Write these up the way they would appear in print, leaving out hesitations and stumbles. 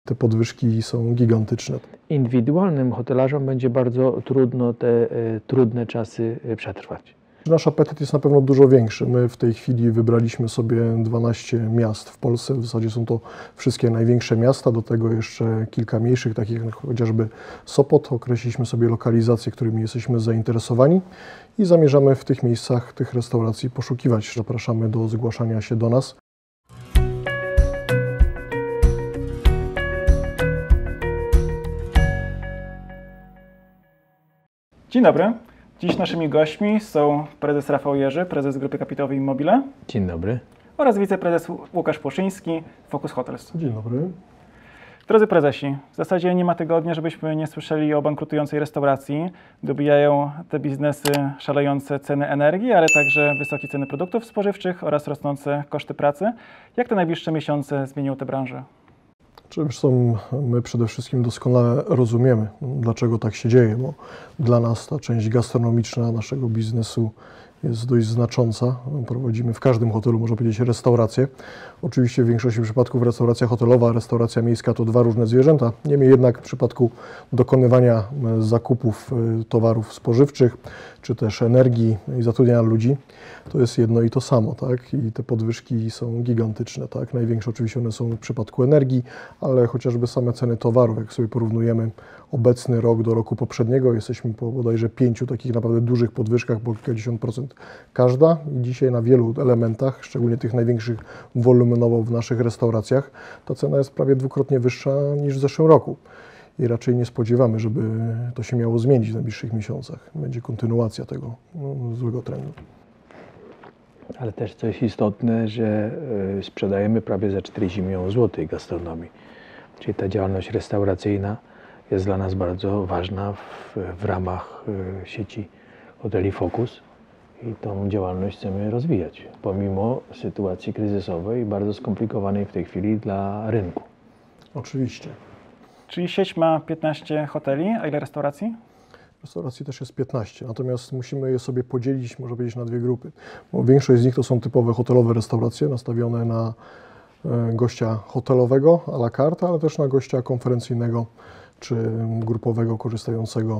Te podwyżki są gigantyczne. Indywidualnym hotelarzom będzie bardzo trudno te trudne czasy przetrwać. Nasz apetyt jest na pewno dużo większy. My w tej chwili wybraliśmy sobie 12 miast w Polsce. W zasadzie są to wszystkie największe miasta, do tego jeszcze kilka mniejszych, takich jak chociażby Sopot. Określiliśmy sobie lokalizacje, którymi jesteśmy zainteresowani i zamierzamy w tych miejscach tych restauracji poszukiwać. Zapraszamy do zgłaszania się do nas. Dzień dobry. Dziś naszymi gośćmi są prezes Rafał Jerzy, prezes Grupy Kapitałowej Immobile. Dzień dobry. Oraz wiceprezes Łukasz Płoszyński, Focus Hotels. Dzień dobry. Drodzy prezesi, w zasadzie nie ma tygodnia, żebyśmy nie słyszeli o bankrutującej restauracji. Dobijają te biznesy szalejące ceny energii, ale także wysokie ceny produktów spożywczych oraz rosnące koszty pracy. Jak te najbliższe miesiące zmienią tę branżę? Zresztą my przede wszystkim doskonale rozumiemy, dlaczego tak się dzieje, bo dla nas ta część gastronomiczna naszego biznesu jest dość znacząca. Prowadzimy w każdym hotelu, można powiedzieć, restaurację. Oczywiście w większości przypadków restauracja hotelowa, restauracja miejska to dwa różne zwierzęta. Niemniej jednak w przypadku dokonywania zakupów towarów spożywczych, czy też energii i zatrudniania ludzi, to jest jedno i to samo, tak? I te podwyżki są gigantyczne, tak? Największe oczywiście one są w przypadku energii, ale chociażby same ceny towarów, jak sobie porównujemy obecny rok do roku poprzedniego, jesteśmy po bodajże 5 takich naprawdę dużych podwyżkach, bo kilkadziesiąt procent każda i dzisiaj na wielu elementach, szczególnie tych największych wolumenowo w naszych restauracjach, ta cena jest prawie dwukrotnie wyższa niż w zeszłym roku. I raczej nie spodziewamy, żeby to się miało zmienić w najbliższych miesiącach. Będzie kontynuacja tego złego trendu. Ale też coś istotne, że sprzedajemy prawie za 40 milionów złotych gastronomii. Czyli ta działalność restauracyjna jest dla nas bardzo ważna w ramach sieci hoteli Focus i tą działalność chcemy rozwijać, pomimo sytuacji kryzysowej, bardzo skomplikowanej w tej chwili dla rynku. Oczywiście. Czyli sieć ma 15 hoteli, a ile restauracji? Restauracji też jest 15, natomiast musimy je sobie podzielić, można powiedzieć, na dwie grupy. Bo większość z nich to są typowe hotelowe restauracje nastawione na gościa hotelowego à la carte, ale też na gościa konferencyjnego czy grupowego, korzystającego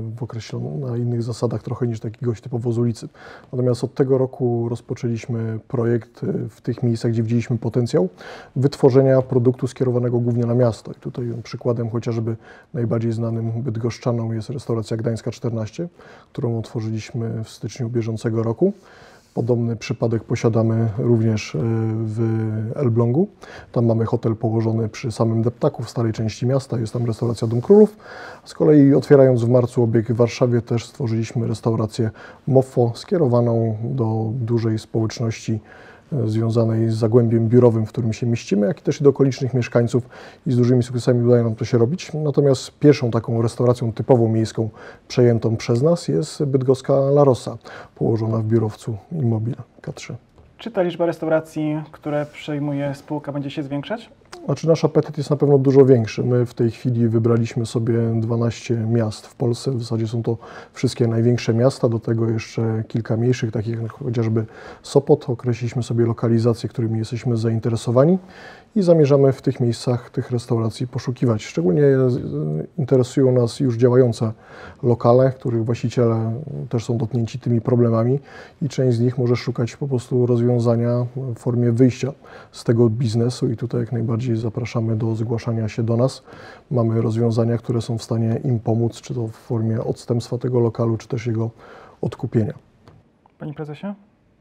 na innych zasadach trochę niż taki gość typowo z ulicy. Natomiast od tego roku rozpoczęliśmy projekt w tych miejscach, gdzie widzieliśmy potencjał wytworzenia produktu skierowanego głównie na miasto. I tutaj przykładem chociażby najbardziej znanym bydgoszczaną jest restauracja Gdańska 14, którą otworzyliśmy w styczniu bieżącego roku. Podobny przypadek posiadamy również w Elblągu. Tam mamy hotel położony przy samym deptaku w starej części miasta. Jest tam restauracja Dom Królów. Z kolei otwierając w marcu obiekt w Warszawie też stworzyliśmy restaurację Moffo skierowaną do dużej społeczności związanej z zagłębiem biurowym, w którym się mieścimy, jak i też do okolicznych mieszkańców i z dużymi sukcesami udaje nam to się robić. Natomiast pierwszą taką restauracją typową miejską przejętą przez nas jest bydgoska La Rosa, położona w biurowcu Immobile K3. Czy ta liczba restauracji, które przejmuje spółka, będzie się zwiększać? Znaczy nasz apetyt jest na pewno dużo większy. My w tej chwili wybraliśmy sobie 12 miast w Polsce. W zasadzie są to wszystkie największe miasta, do tego jeszcze kilka mniejszych, takich jak chociażby Sopot. Określiliśmy sobie lokalizacje, którymi jesteśmy zainteresowani i zamierzamy w tych miejscach tych restauracji poszukiwać. Szczególnie interesują nas już działające lokale, których właściciele też są dotknięci tymi problemami i część z nich może szukać po prostu rozwiązania w formie wyjścia z tego biznesu i tutaj jak najbardziej zapraszamy do zgłaszania się do nas. Mamy rozwiązania, które są w stanie im pomóc, czy to w formie odstępstwa tego lokalu, czy też jego odkupienia. Panie prezesie?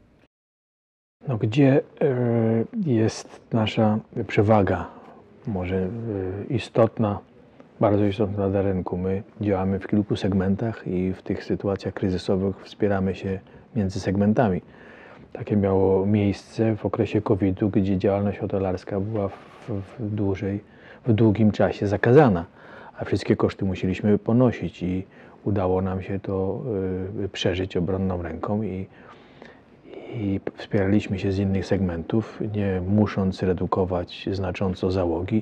No, gdzie jest nasza przewaga, może istotna, bardzo istotna dla rynku? My działamy w kilku segmentach i w tych sytuacjach kryzysowych wspieramy się między segmentami. Takie miało miejsce w okresie COVID-u, gdzie działalność hotelarska była w długim czasie zakazana, a wszystkie koszty musieliśmy ponosić i udało nam się to przeżyć obronną ręką i wspieraliśmy się z innych segmentów, nie musząc redukować znacząco załogi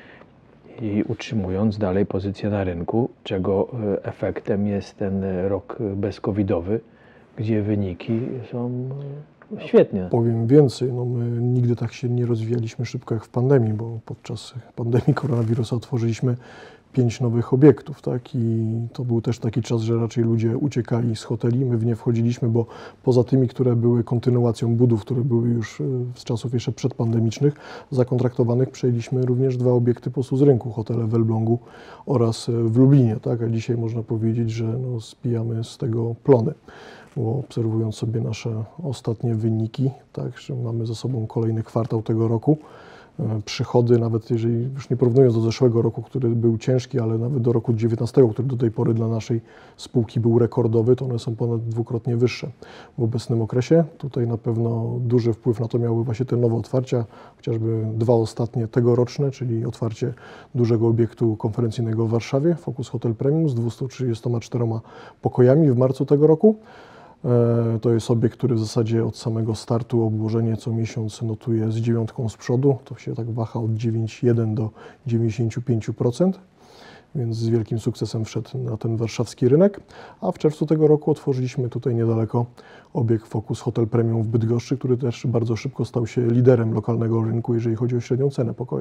i utrzymując dalej pozycję na rynku, czego efektem jest ten rok bezcovidowy, gdzie wyniki są Świetnie. Powiem więcej, no my nigdy tak się nie rozwijaliśmy szybko jak w pandemii, bo podczas pandemii koronawirusa otworzyliśmy 5 nowych obiektów, tak? I to był też taki czas, że raczej ludzie uciekali z hoteli, my w nie wchodziliśmy, bo poza tymi, które były kontynuacją budów, które były już z czasów jeszcze przedpandemicznych, zakontraktowanych, przejęliśmy również 2 obiekty po prostu z rynku, hotele w Elblągu oraz w Lublinie, tak? A dzisiaj można powiedzieć, że no, spijamy z tego plony. Bo obserwując sobie nasze ostatnie wyniki, tak, że mamy za sobą kolejny kwartał tego roku, przychody, nawet jeżeli już nie porównując do zeszłego roku, który był ciężki, ale nawet do roku 2019, który do tej pory dla naszej spółki był rekordowy, to one są ponad 2-krotnie wyższe w obecnym okresie. Tutaj na pewno duży wpływ na to miały właśnie te nowe otwarcia, chociażby 2 ostatnie tegoroczne, czyli otwarcie dużego obiektu konferencyjnego w Warszawie, Focus Hotel Premium z 234 pokojami w marcu tego roku. To jest obiekt, który w zasadzie od samego startu obłożenie co miesiąc notuje z 9 z przodu. To się tak waha od 9,1 do 95%, więc z wielkim sukcesem wszedł na ten warszawski rynek. A w czerwcu tego roku otworzyliśmy tutaj niedaleko obiekt Focus Hotel Premium w Bydgoszczy, który też bardzo szybko stał się liderem lokalnego rynku, jeżeli chodzi o średnią cenę pokoju.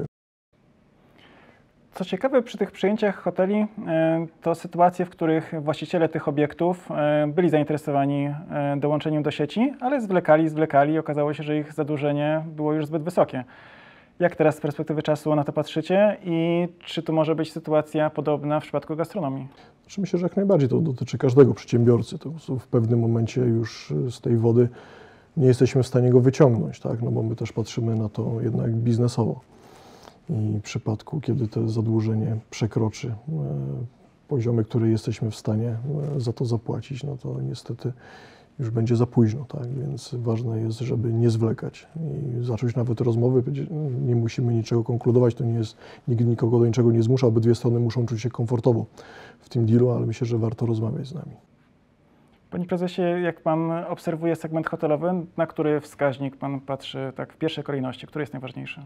Co ciekawe, przy tych przejęciach hoteli to sytuacje, w których właściciele tych obiektów byli zainteresowani dołączeniem do sieci, ale zwlekali i okazało się, że ich zadłużenie było już zbyt wysokie. Jak teraz z perspektywy czasu na to patrzycie i czy to może być sytuacja podobna w przypadku gastronomii? Znaczy myślę, że jak najbardziej to dotyczy każdego przedsiębiorcy. To w pewnym momencie już z tej wody nie jesteśmy w stanie go wyciągnąć, tak? No bo my też patrzymy na to jednak biznesowo. I w przypadku, kiedy to zadłużenie przekroczy poziomy, które jesteśmy w stanie za to zapłacić, no to niestety już będzie za późno, tak? Więc ważne jest, żeby nie zwlekać i zacząć nawet rozmowy. Nie musimy niczego konkludować, to nie jest, nikt nikogo do niczego nie zmusza, obydwie strony muszą czuć się komfortowo w tym dealu, ale myślę, że warto rozmawiać z nami. Panie prezesie, jak pan obserwuje segment hotelowy, na który wskaźnik pan patrzy tak w pierwszej kolejności, który jest najważniejszy?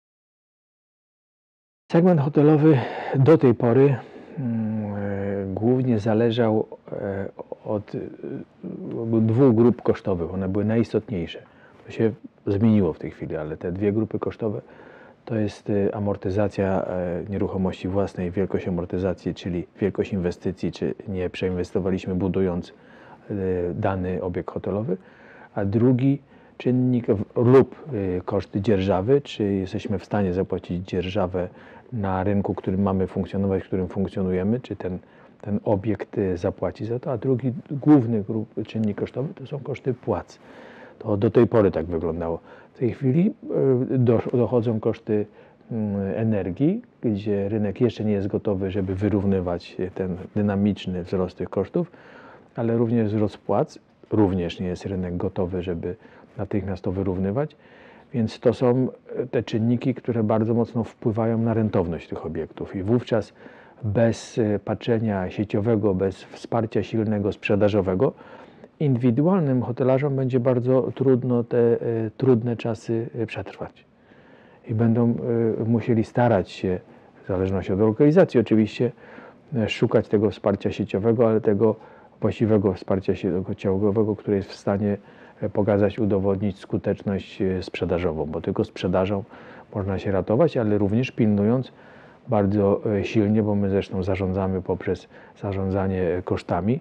Segment hotelowy do tej pory głównie zależał od 2 grup kosztowych. One były najistotniejsze. To się zmieniło w tej chwili, ale te 2 grupy kosztowe to jest amortyzacja nieruchomości własnej, wielkość amortyzacji, czyli wielkość inwestycji, czy nie przeinwestowaliśmy budując dany obiekt hotelowy, a drugi czynnik lub koszty dzierżawy, czy jesteśmy w stanie zapłacić dzierżawę na rynku, którym mamy funkcjonować, w którym funkcjonujemy, czy ten obiekt zapłaci za to, a drugi główny czynnik kosztowy to są koszty płac. To do tej pory tak wyglądało. W tej chwili dochodzą koszty energii, gdzie rynek jeszcze nie jest gotowy, żeby wyrównywać ten dynamiczny wzrost tych kosztów, ale również wzrost płac. Również nie jest rynek gotowy, żeby natychmiast to wyrównywać, więc to są te czynniki, które bardzo mocno wpływają na rentowność tych obiektów i wówczas bez patrzenia sieciowego, bez wsparcia silnego sprzedażowego, indywidualnym hotelarzom będzie bardzo trudno te trudne czasy przetrwać i będą musieli starać się, w zależności od lokalizacji oczywiście, szukać tego wsparcia sieciowego, ale tego właściwego wsparcia sieciowego, które jest w stanie pokazać, udowodnić skuteczność sprzedażową, bo tylko sprzedażą można się ratować, ale również pilnując bardzo silnie, bo my zresztą zarządzamy poprzez zarządzanie kosztami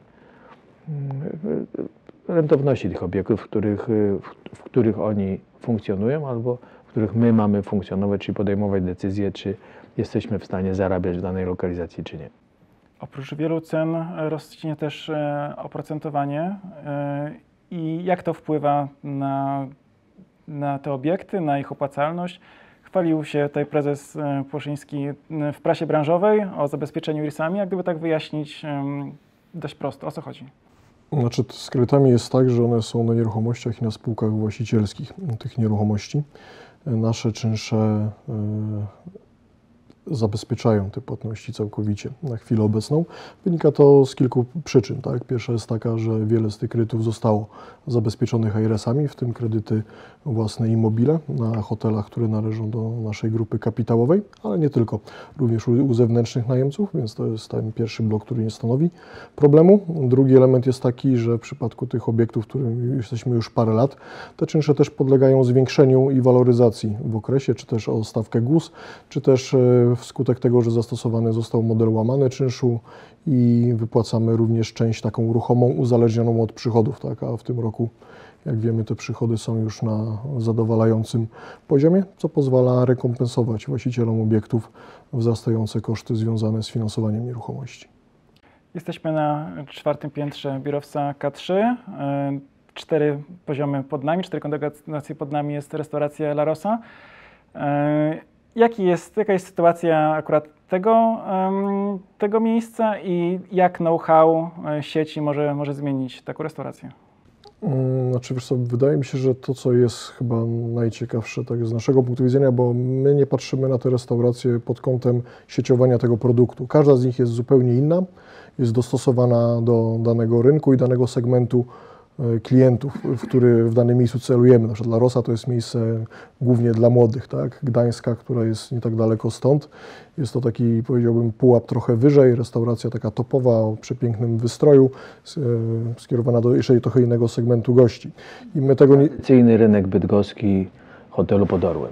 rentowności tych obiektów, w których oni funkcjonują albo w których my mamy funkcjonować, czyli podejmować decyzje, czy jesteśmy w stanie zarabiać w danej lokalizacji, czy nie. Oprócz wielu cen rośnie też oprocentowanie. I jak to wpływa na te obiekty, na ich opłacalność? Chwalił się tutaj prezes Płoszyński w prasie branżowej o zabezpieczeniu IRS-ami. Jak gdyby tak wyjaśnić dość prosto, o co chodzi? Znaczy z kredytami jest tak, że one są na nieruchomościach i na spółkach właścicielskich tych nieruchomości. Nasze czynsze zabezpieczają te płatności całkowicie na chwilę obecną. Wynika to z kilku przyczyn. Tak? Pierwsza jest taka, że wiele z tych kredytów zostało zabezpieczonych ARS-ami, w tym kredyty własne Immobile na hotelach, które należą do naszej grupy kapitałowej, ale nie tylko, również u zewnętrznych najemców, więc to jest ten pierwszy blok, który nie stanowi problemu. Drugi element jest taki, że w przypadku tych obiektów, w którym jesteśmy już parę lat, te czynsze też podlegają zwiększeniu i waloryzacji w okresie, czy też o stawkę GUS, czy też wskutek tego, że zastosowany został model łamany czynszu i wypłacamy również część taką ruchomą uzależnioną od przychodów, tak? A w tym roku, jak wiemy, te przychody są już na zadowalającym poziomie, co pozwala rekompensować właścicielom obiektów wzrastające koszty związane z finansowaniem nieruchomości. Jesteśmy na 4. piętrze biurowca K3. 4 poziomy pod nami, 4 kondygacje pod nami jest restauracja La Rosa. Jaka jest sytuacja akurat tego miejsca i jak know-how sieci może zmienić taką restaurację? Znaczy, wiesz co, wydaje mi się, że to, co jest chyba najciekawsze tak z naszego punktu widzenia, bo my nie patrzymy na te restauracje pod kątem sieciowania tego produktu. Każda z nich jest zupełnie inna, jest dostosowana do danego rynku i danego segmentu klientów, w który w danym miejscu celujemy. Na przykład La Rosa to jest miejsce głównie dla młodych, tak? Gdańska, która jest nie tak daleko stąd. Jest to taki, powiedziałbym, pułap trochę wyżej, restauracja taka topowa, o przepięknym wystroju, skierowana do jeszcze trochę innego segmentu gości. I my tego nie... Tradycyjny rynek bydgoski hotelu pod Orłem.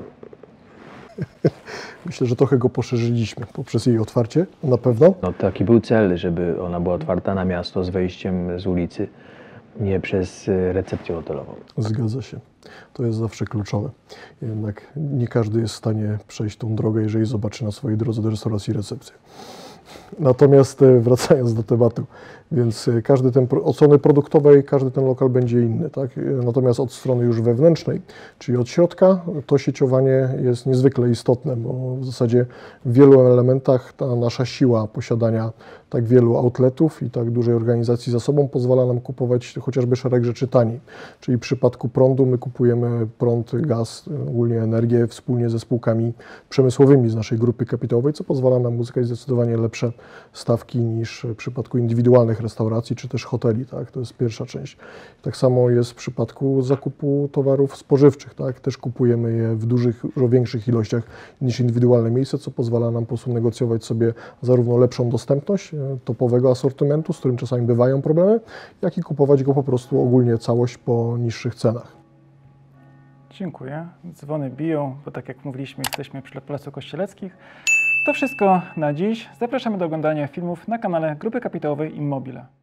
Myślę, że trochę go poszerzyliśmy poprzez jej otwarcie, na pewno. No, taki był cel, żeby ona była otwarta na miasto z wejściem z ulicy, nie przez recepcję hotelową. Zgadza się. To jest zawsze kluczowe. Jednak nie każdy jest w stanie przejść tą drogę, jeżeli zobaczy na swojej drodze do restauracji recepcję. Natomiast wracając do tematu, więc od strony produktowej każdy ten lokal będzie inny, tak? Natomiast od strony już wewnętrznej, czyli od środka, to sieciowanie jest niezwykle istotne, bo w zasadzie w wielu elementach ta nasza siła posiadania tak wielu outletów i tak dużej organizacji za sobą pozwala nam kupować chociażby szereg rzeczy taniej. Czyli w przypadku prądu my kupujemy prąd, gaz, ogólnie energię wspólnie ze spółkami przemysłowymi z naszej grupy kapitałowej, co pozwala nam uzyskać zdecydowanie lepsze stawki niż w przypadku indywidualnych restauracji czy też hoteli, tak? To jest pierwsza część. Tak samo jest w przypadku zakupu towarów spożywczych, tak? Też kupujemy je w dużo większych ilościach niż indywidualne miejsce, co pozwala nam po prostu negocjować sobie zarówno lepszą dostępność topowego asortymentu, z którym czasami bywają problemy, jak i kupować go po prostu ogólnie całość po niższych cenach. Dziękuję. Dzwony biją, bo tak jak mówiliśmy, jesteśmy przy Placu Kościeleckich. To wszystko na dziś. Zapraszamy do oglądania filmów na kanale Grupy Kapitałowej Immobile.